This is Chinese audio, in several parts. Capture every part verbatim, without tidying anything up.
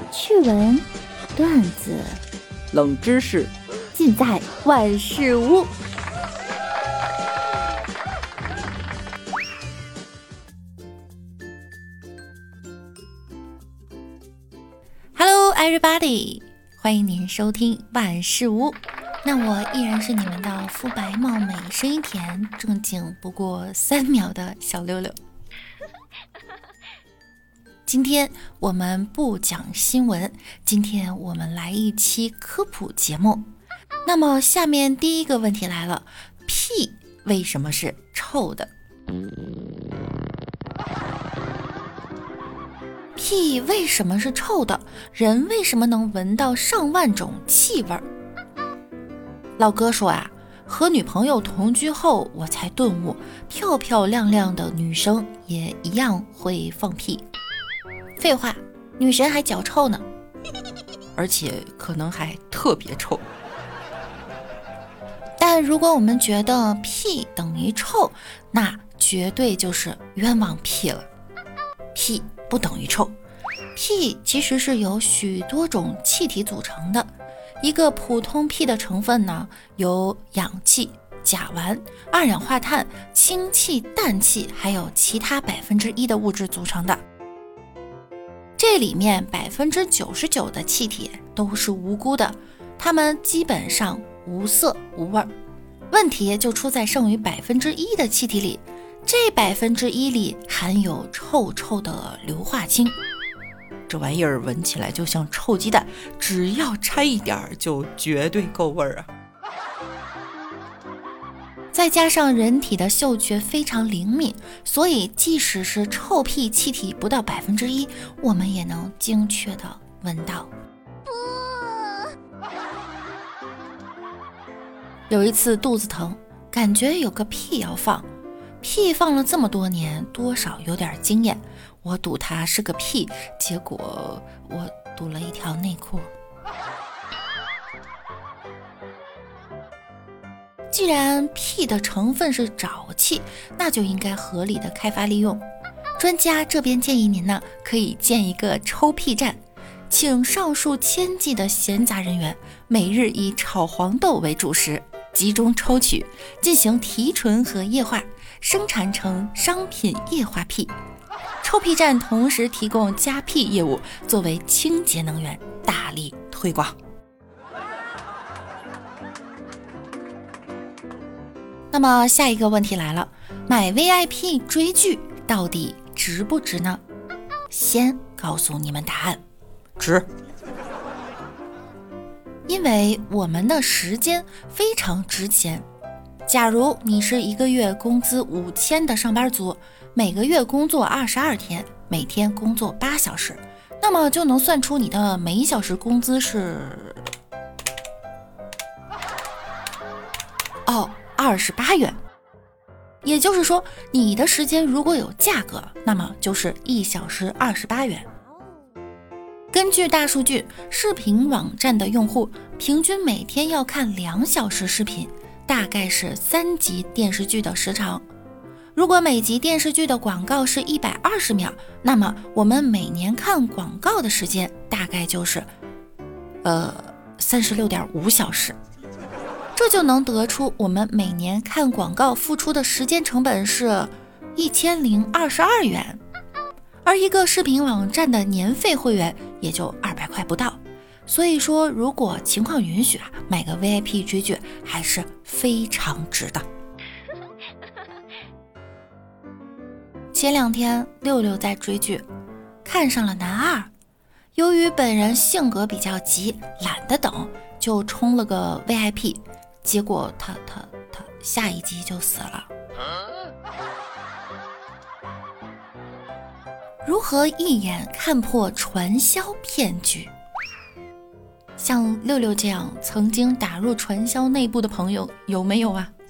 趣闻、段子、 冷知识， 尽在万事屋。Hello everybody， 欢迎您收听万事屋。那我依然是你们的肤白貌美、声音甜、正经不过三秒的小六六。今天我们不讲新闻，今天我们来一期科普节目。那么下面第一个问题来了，屁为什么是臭的？屁为什么是臭的？人为什么能闻到上万种气味？老哥说啊，和女朋友同居后，我才顿悟，漂漂亮亮的女生也一样会放屁。废话，女神还脚臭呢， 而且可能还特别臭。 但如果我们觉得屁等于臭，那绝对就是冤枉屁了。屁不等于臭，屁其实是由许多种气体组成的。一个普通屁的成分呢，由氧气、甲烷、二氧化碳、氢气、氮气，还有其他百分之一的物质组成的。这里面百分之九十九的气体都是无辜的，它们基本上无色无味。问题就出在剩余百分之一的气体里，这百分之一里含有臭臭的硫化氢。 这玩意儿闻起来就像臭鸡蛋，只要掺一点就绝对够味儿啊！ 再加上人体的嗅觉非常灵敏，所以即使是臭屁气体不到百分之一，我们也能精确的闻到。有一次肚子疼，感觉有个屁要放，屁放了这么多年，多少有点经验。我赌它是个屁，结果我赌了一条内裤。既然屁的成分是沼气，那就应该合理的开发利用。专家这边建议您呢，可以建一个抽屁站，请上述千计的闲杂人员每日以炒黄豆为主食，集中抽取，进行提纯和液化，生产成商品液化屁。抽屁站同时提供加屁业务，作为清洁能源大力推广。那么下一个问题来了，买 V I P 追剧到底值不值呢？先告诉你们答案， 值。 因为我们的时间非常值钱。假如你是一个月工资五千的上班族，每个月工作二十二天，每天工作八小时，那么就能算出你的每小时工资是哦二十八元。也就是说，你的时间如果有价格，那么就是一小时二十八元。根据大数据，视频网站的用户平均每天要看两小时视频，大概是三集电视剧的时长。如果每集电视剧的广告是一百二十秒，那么我们每年看广告的时间大概就是呃三十六点五小时。这就能得出我们每年看广告付出的时间成本是一千零二十二元，而一个视频网站的年费会员也就二百块不到。所以说，如果情况允许啊，买个 V I P 追剧还是非常值的。前两天六六在追剧，看上了男二，由于本人性格比较急，懒得等，就充了个 V I P， 结果他他他下一集就死了。如何一眼看破传销骗局？像六六这样曾经打入传销内部的朋友有没有啊？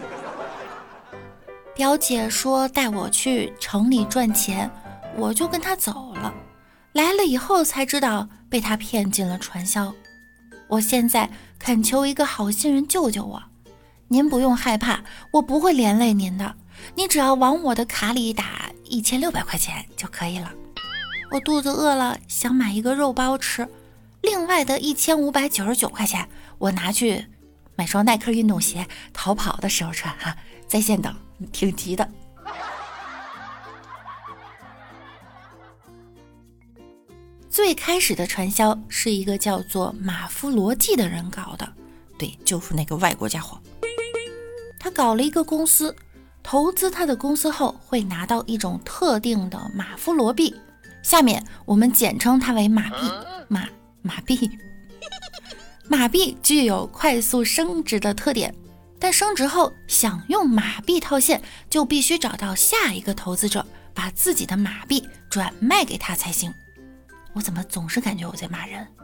表姐说带我去城里赚钱，我就跟她走了。来了以后才知道被她骗进了传销。我现在恳求一个好心人救救我。您不用害怕，我不会连累您的，你只要往我的卡里打一千六百块钱就可以了。 我肚子饿了，想买一个肉包吃，另外的一千五百九十九块钱我拿去买双耐克运动鞋，逃跑的时候穿哈、啊，在线等，挺急的。最开始的传销是一个叫做马夫罗季的人搞的，对，就是那个外国家伙。他搞了一个公司，投资他的公司后会拿到一种特定的马夫罗币，下面我们简称它为马币。马马币马币具有快速升值的特点，但升值后想用马币套现，就必须找到下一个投资者，把自己的马币转卖给他才行。我怎么总是感觉我在骂人？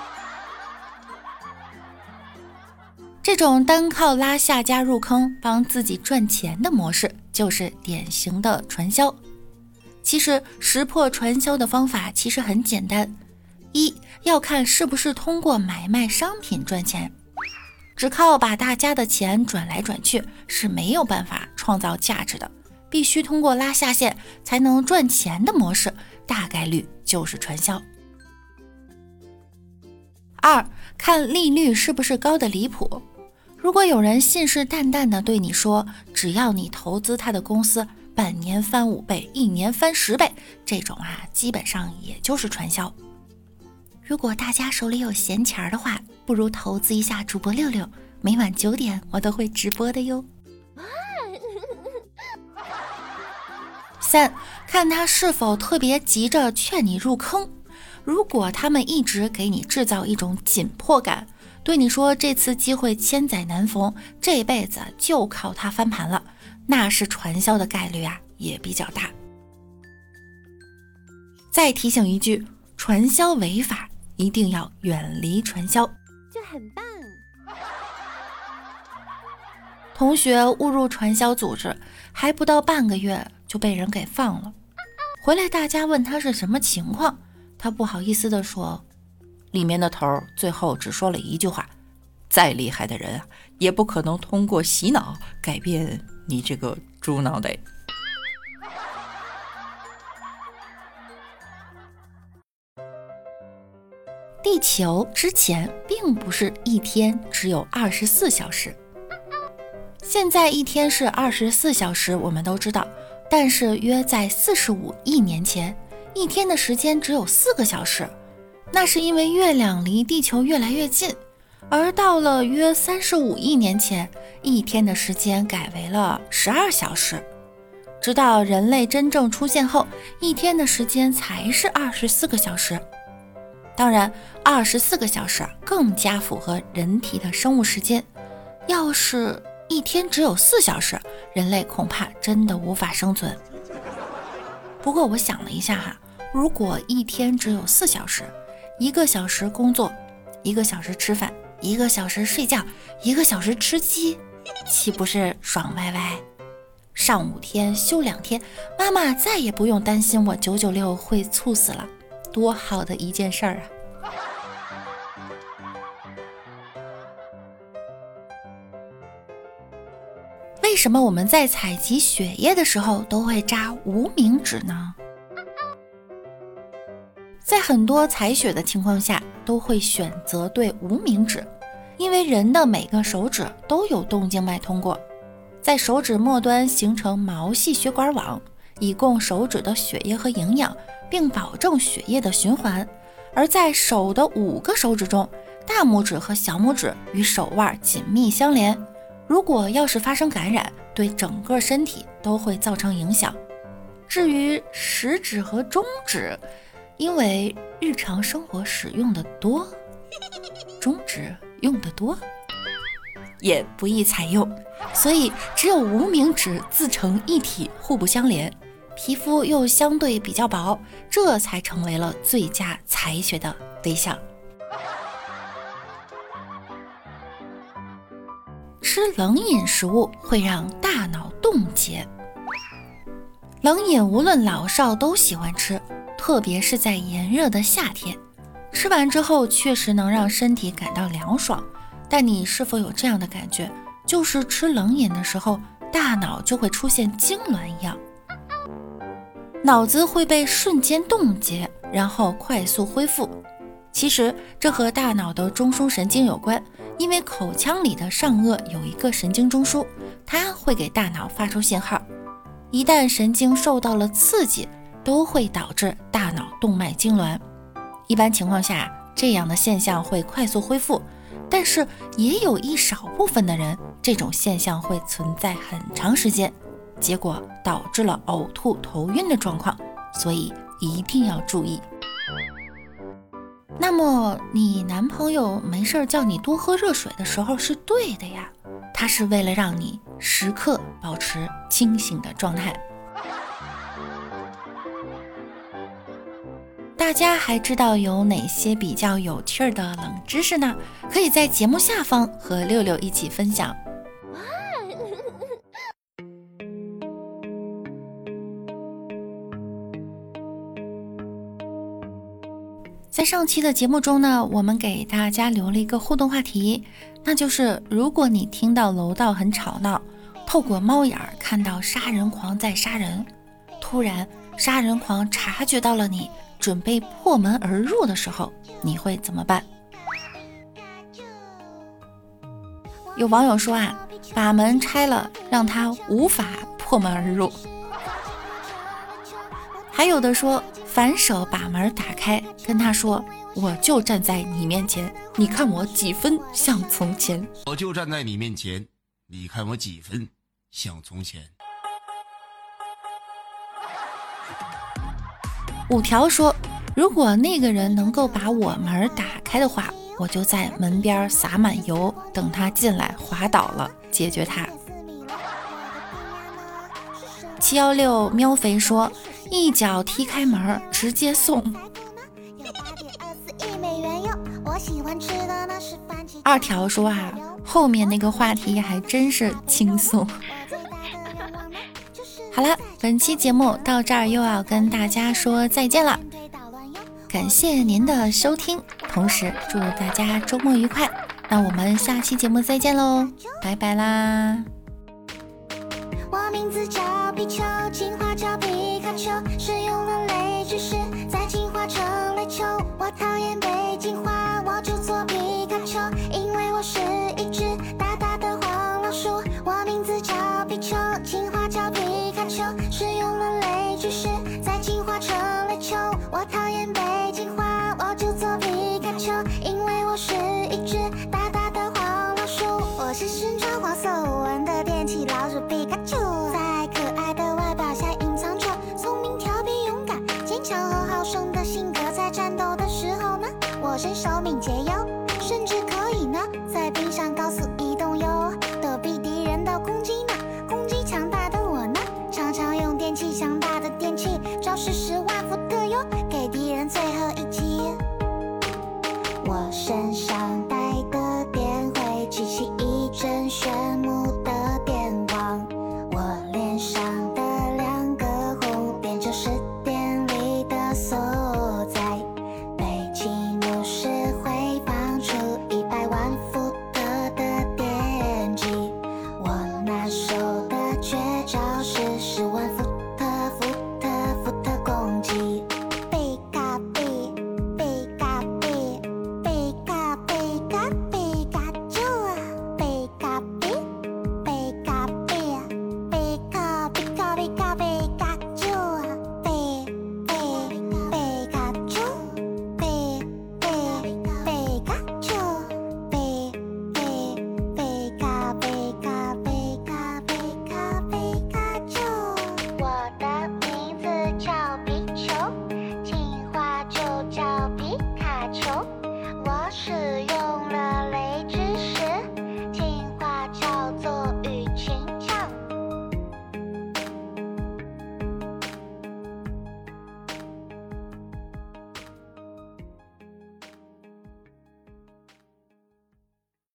这种单靠拉下家入坑帮自己赚钱的模式，就是典型的传销。其实识破传销的方法其实很简单，一要看是不是通过买卖商品赚钱，只靠把大家的钱转来转去是没有办法创造价值的，必须通过拉下线才能赚钱的模式，大概率就是传销。二，看利率是不是高的离谱。如果有人信誓旦旦地对你说，只要你投资他的公司，半年翻五倍，一年翻十倍，这种啊，基本上也就是传销。如果大家手里有闲钱的话，不如投资一下主播六六，每晚九点我都会直播的哟。三，看他是否特别急着劝你入坑。如果他们一直给你制造一种紧迫感，对你说这次机会千载难逢，这辈子就靠它翻盘了，那是传销的概率啊也比较大。再提醒一句，传销违法，一定要远离传销。 这很棒。 同学误入传销组织，还不到半个月就被人给放了。回来大家问他是什么情况，他不好意思地说，里面的头最后只说了一句话，再厉害的人啊，也不可能通过洗脑改变你这个猪脑袋。地球之前并不是一天只有二十四小时，现在一天是二十四小时，我们都知道，但是约在四十五亿年前，一天的时间只有四个小时，那是因为月亮离地球越来越近。而到了约三十五亿年前，一天的时间改为了十二小时。直到人类真正出现后，一天的时间才是二十四个小时。当然，二十四个小时更加符合人体的生物时间。要是一天只有四小时，人类恐怕真的无法生存。不过我想了一下哈，如果一天只有四小时，一个小时工作，一个小时吃饭，一个小时睡觉，一个小时吃鸡，岂不是爽歪歪？上五天休两天，妈妈再也不用担心我九九六会猝死了，多好的一件事儿啊！为什么我们在采集血液的时候都会扎无名指呢？在很多采血的情况下，都会选择对无名指，因为人的每个手指都有动静脉通过，在手指末端形成毛细血管网，以供手指的血液和营养，并保证血液的循环。而在手的五个手指中，大拇指和小拇指与手腕紧密相连，如果要是发生感染，对整个身体都会造成影响。至于食指和中指，因为日常生活使用的多，中指用的多，也不易采用，所以只有无名指自成一体，互不相连，皮肤又相对比较薄，这才成为了最佳采血的对象。吃冷饮食物会让大脑冻结。冷饮无论老少都喜欢吃，特别是在炎热的夏天，吃完之后确实能让身体感到凉爽，但你是否有这样的感觉，就是吃冷饮的时候，大脑就会出现痉挛一样，脑子会被瞬间冻结， 然后快速恢复。其实这和大脑的中枢神经有关，因为口腔里的上颚有一个神经中枢，它会给大脑发出信号，一旦神经受到了刺激，都会导致大脑动脉痉挛。一般情况下，这样的现象会快速恢复，但是也有一少部分的人，这种现象会存在很长时间，结果导致了呕吐、头晕的状况，所以一定要注意。那么你男朋友没事叫你多喝热水的时候是对的呀，他是为了让你时刻保持清醒的状态。大家还知道有哪些比较有趣的冷知识呢？可以在节目下方和六六一起分享。在上期的节目中呢，我们给大家留了一个互动话题，那就是如果你听到楼道很吵闹，透过猫眼儿看到杀人狂在杀人，突然杀人狂察觉到了你，准备破门而入的时候，你会怎么办？有网友说啊，把门拆了，让他无法破门而入。还有的说，反手把门打开，跟他说，我就站在你面前，你看我几分像从前。 我就站在你面前，你看我几分像从前。 五条说，如果那个人能够把我门打开的话，我就在门边撒满油，等他进来滑倒了，解决他。七一六喵肥说，一脚踢开门，直接送。二条说啊，后面那个话题还真是轻松。好了，本期节目到这儿又要跟大家说再见了，感谢您的收听，同时祝大家周末愉快。那我们下期节目再见喽，拜拜啦！我名字叫皮球，进化叫皮卡丘，使用了雷之势再进化成雷球。我讨厌被进化，我就做皮卡丘，因为我是一只大大的黄老鼠。我名字叫皮球，进化叫皮卡丘，使用了雷之势再进化成雷球。我讨厌被进化，我就做皮卡丘，因为我是一只大大的黄老鼠。我是身穿黄色纹的电气老鼠皮卡丘，在可爱的外表下隐藏着聪明、调皮、勇敢、坚强和好胜的性格。在战斗的时候呢，我身手敏捷哟，甚至可以呢在冰上高速移动哟，躲避敌人的攻击呢。攻击强大的我呢，常常用电气强大的电器，招式十万伏特哟，给敌人最后一击。我身